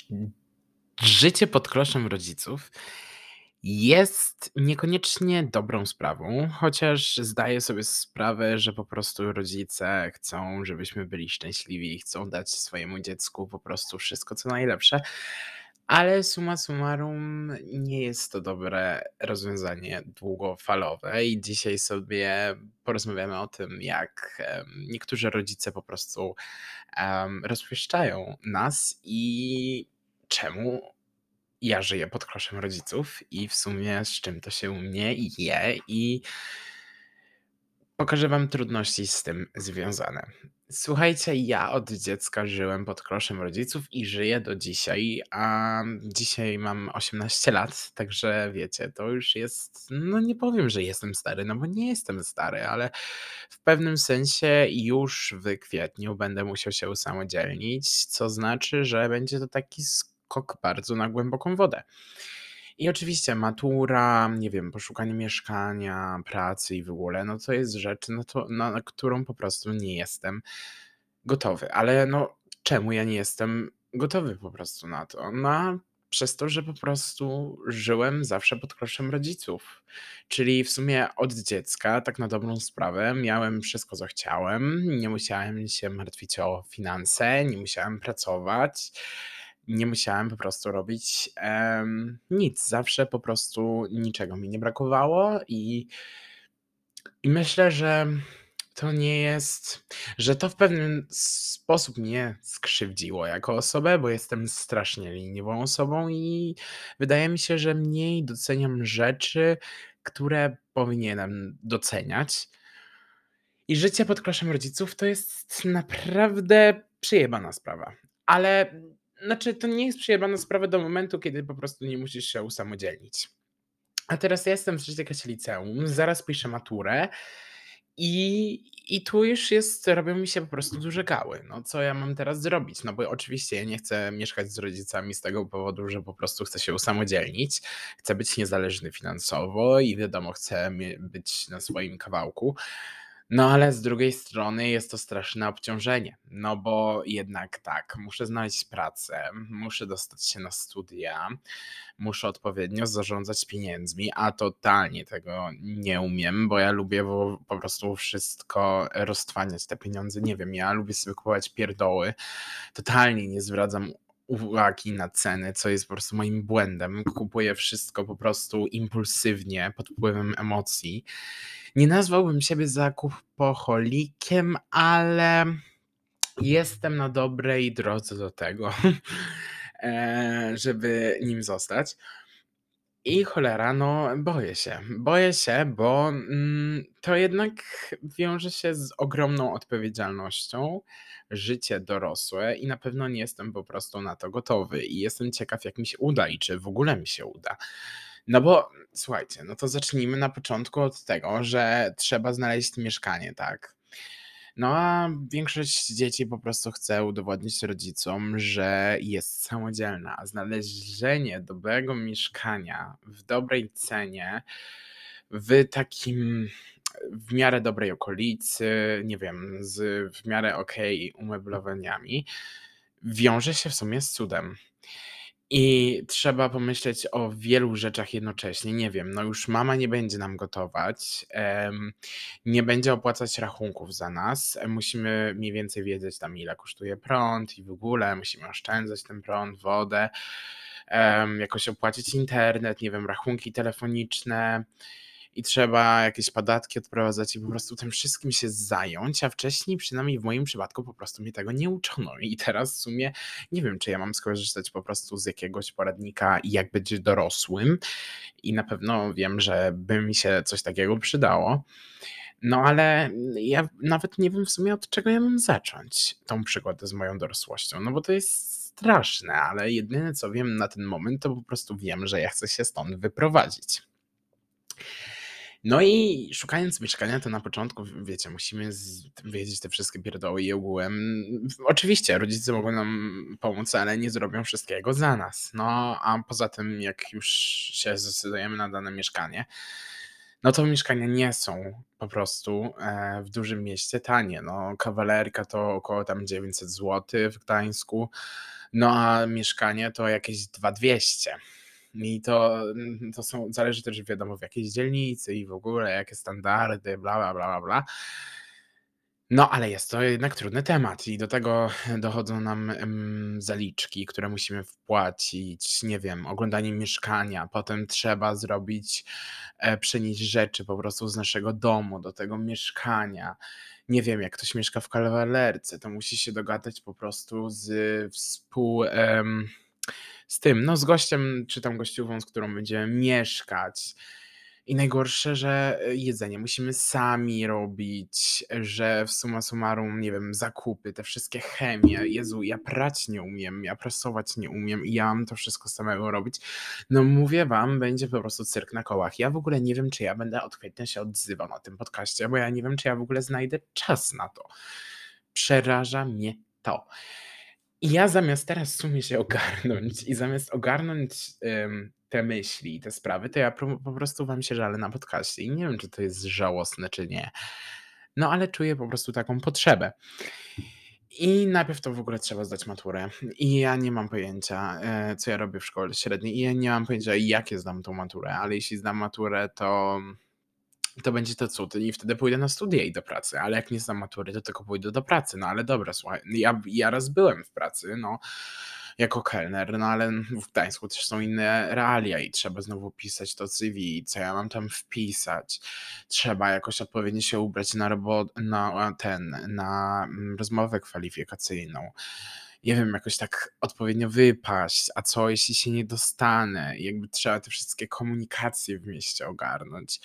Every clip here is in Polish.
Życie pod kloszem rodziców jest niekoniecznie dobrą sprawą, chociaż zdaję sobie sprawę, że po prostu rodzice chcą, żebyśmy byli szczęśliwi i chcą dać swojemu dziecku po prostu wszystko, co najlepsze, ale summa summarum nie jest to dobre rozwiązanie długofalowe i dzisiaj sobie porozmawiamy o tym, jak niektórzy rodzice po prostu rozpieszczają nas i czemu ja żyję pod kloszem rodziców i w sumie z czym to się u mnie je i pokażę wam trudności z tym związane. Słuchajcie, ja od dziecka żyłem pod kloszem rodziców i żyję do dzisiaj, a dzisiaj mam 18 lat, także wiecie, to już jest, no nie powiem, że jestem stary, no bo nie jestem stary, ale w pewnym sensie już w kwietniu będę musiał się usamodzielnić, co znaczy, że będzie to taki skok bardzo na głęboką wodę. I oczywiście matura, nie wiem, poszukanie mieszkania, pracy i w ogóle, no to jest rzecz, no to, na którą po prostu nie jestem gotowy. Ale no, czemu ja nie jestem gotowy po prostu na to? No, przez to, że po prostu żyłem zawsze pod kloszem rodziców. Czyli w sumie od dziecka, tak na dobrą sprawę, miałem wszystko, co chciałem. Nie musiałem się martwić o finanse, nie musiałem pracować. Nie musiałem po prostu robić nic. Zawsze po prostu niczego mi nie brakowało i myślę, że to nie jest, że to w pewien sposób mnie skrzywdziło jako osobę, bo jestem strasznie leniwą osobą i wydaje mi się, że mniej doceniam rzeczy, które powinienem doceniać. I życie pod kloszem rodziców to jest naprawdę przejebana sprawa. Ale znaczy, to nie jest przejebana sprawa do momentu, kiedy po prostu nie musisz się usamodzielnić. A teraz ja jestem w trzeciej klasie liceum, zaraz piszę maturę i tu już robią mi się po prostu duże gały. No co ja mam teraz zrobić? No bo oczywiście ja nie chcę mieszkać z rodzicami z tego powodu, że po prostu chcę się usamodzielnić, chcę być niezależny finansowo i wiadomo, chcę być na swoim kawałku. No ale z drugiej strony jest to straszne obciążenie, no bo jednak tak, muszę znaleźć pracę, muszę dostać się na studia, muszę odpowiednio zarządzać pieniędzmi, a totalnie tego nie umiem, bo ja lubię po prostu wszystko roztwaniać te pieniądze. Nie wiem, ja lubię sobie kupować pierdoły, totalnie nie zwracam uwagi na ceny, co jest po prostu moim błędem. Kupuję wszystko po prostu impulsywnie, pod wpływem emocji. Nie nazwałbym siebie zakupoholikiem, ale jestem na dobrej drodze do tego, żeby nim zostać. I cholera, no boję się, bo to jednak wiąże się z ogromną odpowiedzialnością, życie dorosłe i na pewno nie jestem po prostu na to gotowy i jestem ciekaw, jak mi się uda i czy w ogóle mi się uda. No bo słuchajcie, no to zacznijmy na początku od tego, że trzeba znaleźć mieszkanie, tak? No a większość dzieci po prostu chce udowodnić rodzicom, że jest samodzielna, a znalezienie dobrego mieszkania w dobrej cenie, w takim w miarę dobrej okolicy, nie wiem, w miarę okej umeblowaniami, wiąże się w sumie z cudem. I trzeba pomyśleć o wielu rzeczach jednocześnie. Nie wiem, no już mama nie będzie nam gotować, nie będzie opłacać rachunków za nas. Musimy mniej więcej wiedzieć tam, ile kosztuje prąd i w ogóle musimy oszczędzać ten prąd, wodę, jakoś opłacić internet, nie wiem, rachunki telefoniczne i trzeba jakieś podatki odprowadzać i po prostu tym wszystkim się zająć, a wcześniej, przynajmniej w moim przypadku, po prostu mnie tego nie uczono. I teraz w sumie nie wiem, czy ja mam skorzystać po prostu z jakiegoś poradnika, jak być dorosłym. I na pewno wiem, że by mi się coś takiego przydało. No ale ja nawet nie wiem w sumie, od czego ja mam zacząć tą przygodę z moją dorosłością. No bo to jest straszne, ale jedyne co wiem na ten moment, to po prostu wiem, że ja chcę się stąd wyprowadzić. No i szukając mieszkania, to na początku, wiecie, musimy wiedzieć te wszystkie pierdoły i ogółem. Oczywiście rodzice mogą nam pomóc, ale nie zrobią wszystkiego za nas. No, a poza tym, jak już się zdecydujemy na dane mieszkanie, no to mieszkania nie są po prostu w dużym mieście tanie. No, kawalerka to około tam 900 zł w Gdańsku. No, a mieszkanie to jakieś 2200. I to są zależy też wiadomo w jakiej dzielnicy i w ogóle jakie standardy, bla, bla, bla, bla, bla. No, ale jest to jednak trudny temat i do tego dochodzą nam, zaliczki, które musimy wpłacić, nie wiem, oglądanie mieszkania, potem trzeba zrobić, przenieść rzeczy po prostu z naszego domu do tego mieszkania. Nie wiem, jak ktoś mieszka w kawalerce, to musi się dogadać po prostu z z tym, no, z gościem czy tam gościową, z którą będziemy mieszkać. I najgorsze, że, jedzenie musimy sami robić, że w summa summarum, nie wiem, zakupy, te wszystkie chemie. Jezu, ja prać nie umiem, ja prasować nie umiem i ja mam to wszystko samemu robić. No mówię wam, będzie po prostu cyrk na kołach. Ja w ogóle nie wiem, czy ja będę od kwietnia się odzywał na tym podcaście, bo ja nie wiem, czy ja w ogóle znajdę czas na to. Przeraża mnie to. I ja zamiast teraz w sumie się ogarnąć i zamiast ogarnąć, te myśli, te sprawy, to ja po prostu wam się żalę na podcaście i nie wiem, czy to jest żałosne, czy nie. No, ale czuję po prostu taką potrzebę. I najpierw to w ogóle trzeba zdać maturę i ja nie mam pojęcia, co ja robię w szkole średniej i ja nie mam pojęcia, jakie zdam tą maturę, ale jeśli zdam maturę, to będzie to cud i wtedy pójdę na studia i do pracy, ale jak nie zdam matury, to tylko pójdę do pracy. No ale dobra, słuchaj, ja raz byłem w pracy, no, jako kelner, no ale w Gdańsku też są inne realia i trzeba znowu pisać to CV, co ja mam tam wpisać. Trzeba jakoś odpowiednio się ubrać na rozmowę kwalifikacyjną. Nie wiem, jakoś tak odpowiednio wypaść, a co jeśli się nie dostanę? Jakby trzeba te wszystkie komunikacje w mieście ogarnąć.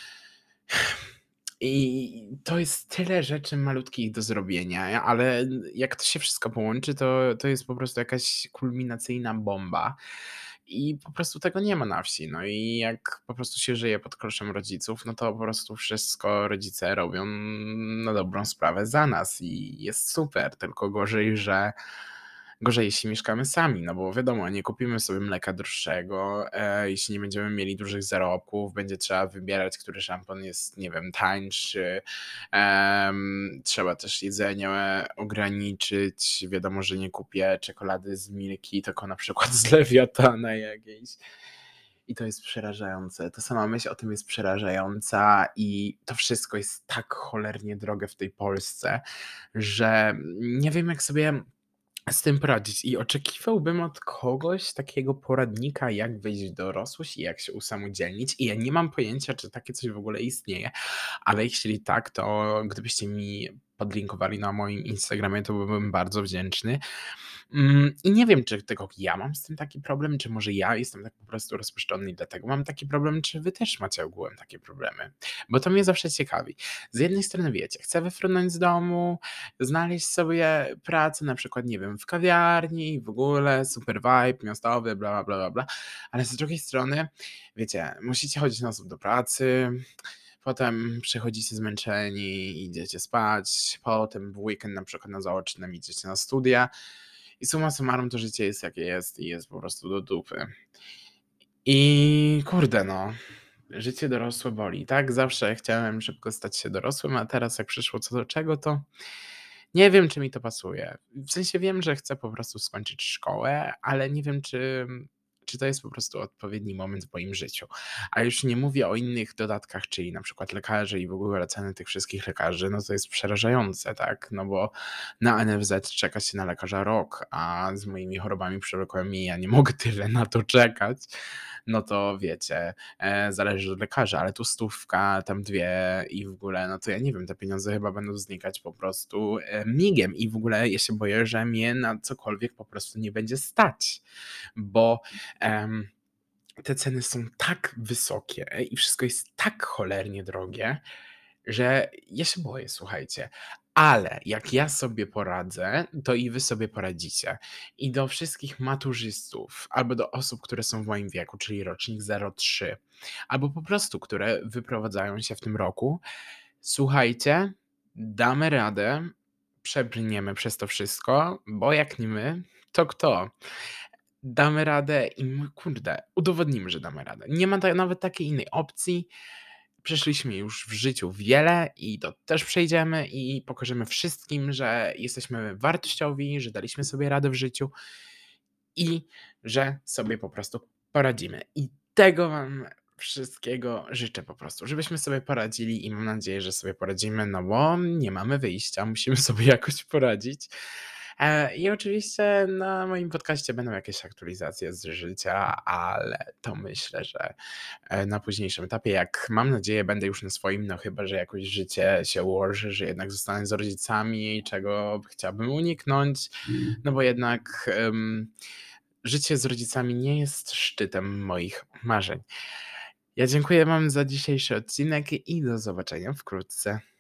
I to jest tyle rzeczy malutkich do zrobienia, ale jak to się wszystko połączy, to jest po prostu jakaś kulminacyjna bomba i po prostu tego nie ma na wsi. No i jak po prostu się żyje pod koszem rodziców, no to po prostu wszystko rodzice robią na dobrą sprawę za nas i jest super, tylko gorzej jeśli mieszkamy sami, no bo wiadomo, nie kupimy sobie mleka droższego, jeśli nie będziemy mieli dużych zarobków, będzie trzeba wybierać, który szampon jest, nie wiem, tańszy. Trzeba też jedzenie ograniczyć. Wiadomo, że nie kupię czekolady z Milki, tylko na przykład z Lewiatana jakiejś. I to jest przerażające. Ta sama myśl o tym jest przerażająca i to wszystko jest tak cholernie drogie w tej Polsce, że nie wiem, jak sobie z tym poradzić i oczekiwałbym od kogoś takiego poradnika, jak wejść w dorosłość i jak się usamodzielnić i ja nie mam pojęcia, czy takie coś w ogóle istnieje, ale jeśli tak, to gdybyście mi podlinkowali na moim Instagramie, to byłbym bardzo wdzięczny. I nie wiem, czy tylko ja mam z tym taki problem, czy może ja jestem tak po prostu rozpuszczony i dlatego mam taki problem, czy wy też macie ogółem takie problemy? Bo to mnie zawsze ciekawi. Z jednej strony wiecie, chcę wyfrunąć z domu, znaleźć sobie pracę, na przykład, nie wiem, w kawiarni, w ogóle super vibe miastowy, bla, bla, bla, bla, bla. Ale z drugiej strony, wiecie, musicie chodzić na do pracy, potem przychodzicie zmęczeni, idziecie spać, potem w weekend na przykład na zaocznym idziecie na studia i summa summarum to życie jest jakie jest i jest po prostu do dupy. I kurde no, życie dorosłe boli, tak? Zawsze chciałem szybko stać się dorosłym, a teraz jak przyszło co do czego, to nie wiem, czy mi to pasuje. W sensie wiem, że chcę po prostu skończyć szkołę, ale nie wiem, czy to jest po prostu odpowiedni moment w moim życiu. A już nie mówię o innych dodatkach, czyli na przykład lekarzy i w ogóle ceny tych wszystkich lekarzy, no to jest przerażające, tak? No bo na NFZ czeka się na lekarza rok, a z moimi chorobami przewlekłymi ja nie mogę tyle na to czekać. No to wiecie, zależy od lekarza, ale tu stówka, tam dwie i w ogóle, no to ja nie wiem, te pieniądze chyba będą znikać po prostu migiem i w ogóle ja się boję, że mnie na cokolwiek po prostu nie będzie stać, bo te ceny są tak wysokie i wszystko jest tak cholernie drogie, że ja się boję, słuchajcie. Ale jak ja sobie poradzę, to i wy sobie poradzicie. I do wszystkich maturzystów, albo do osób, które są w moim wieku, czyli rocznik 03, albo po prostu, które wyprowadzają się w tym roku, słuchajcie, damy radę, przebrniemy przez to wszystko, bo jak nie my, to kto? Damy radę i kurde, udowodnimy, że damy radę. Nie ma nawet takiej innej opcji. Przeszliśmy już w życiu wiele i to też przejdziemy i pokażemy wszystkim, że jesteśmy wartościowi, że daliśmy sobie radę w życiu i że sobie po prostu poradzimy. I tego wam wszystkiego życzę po prostu, żebyśmy sobie poradzili i mam nadzieję, że sobie poradzimy, no bo nie mamy wyjścia, musimy sobie jakoś poradzić. I oczywiście na moim podcaście będą jakieś aktualizacje z życia, ale to myślę, że na późniejszym etapie, jak mam nadzieję, będę już na swoim, no chyba, że jakoś życie się ułoży, że jednak zostanę z rodzicami, czego chciałbym uniknąć, no bo jednak życie z rodzicami nie jest szczytem moich marzeń. Ja dziękuję wam za dzisiejszy odcinek i do zobaczenia wkrótce.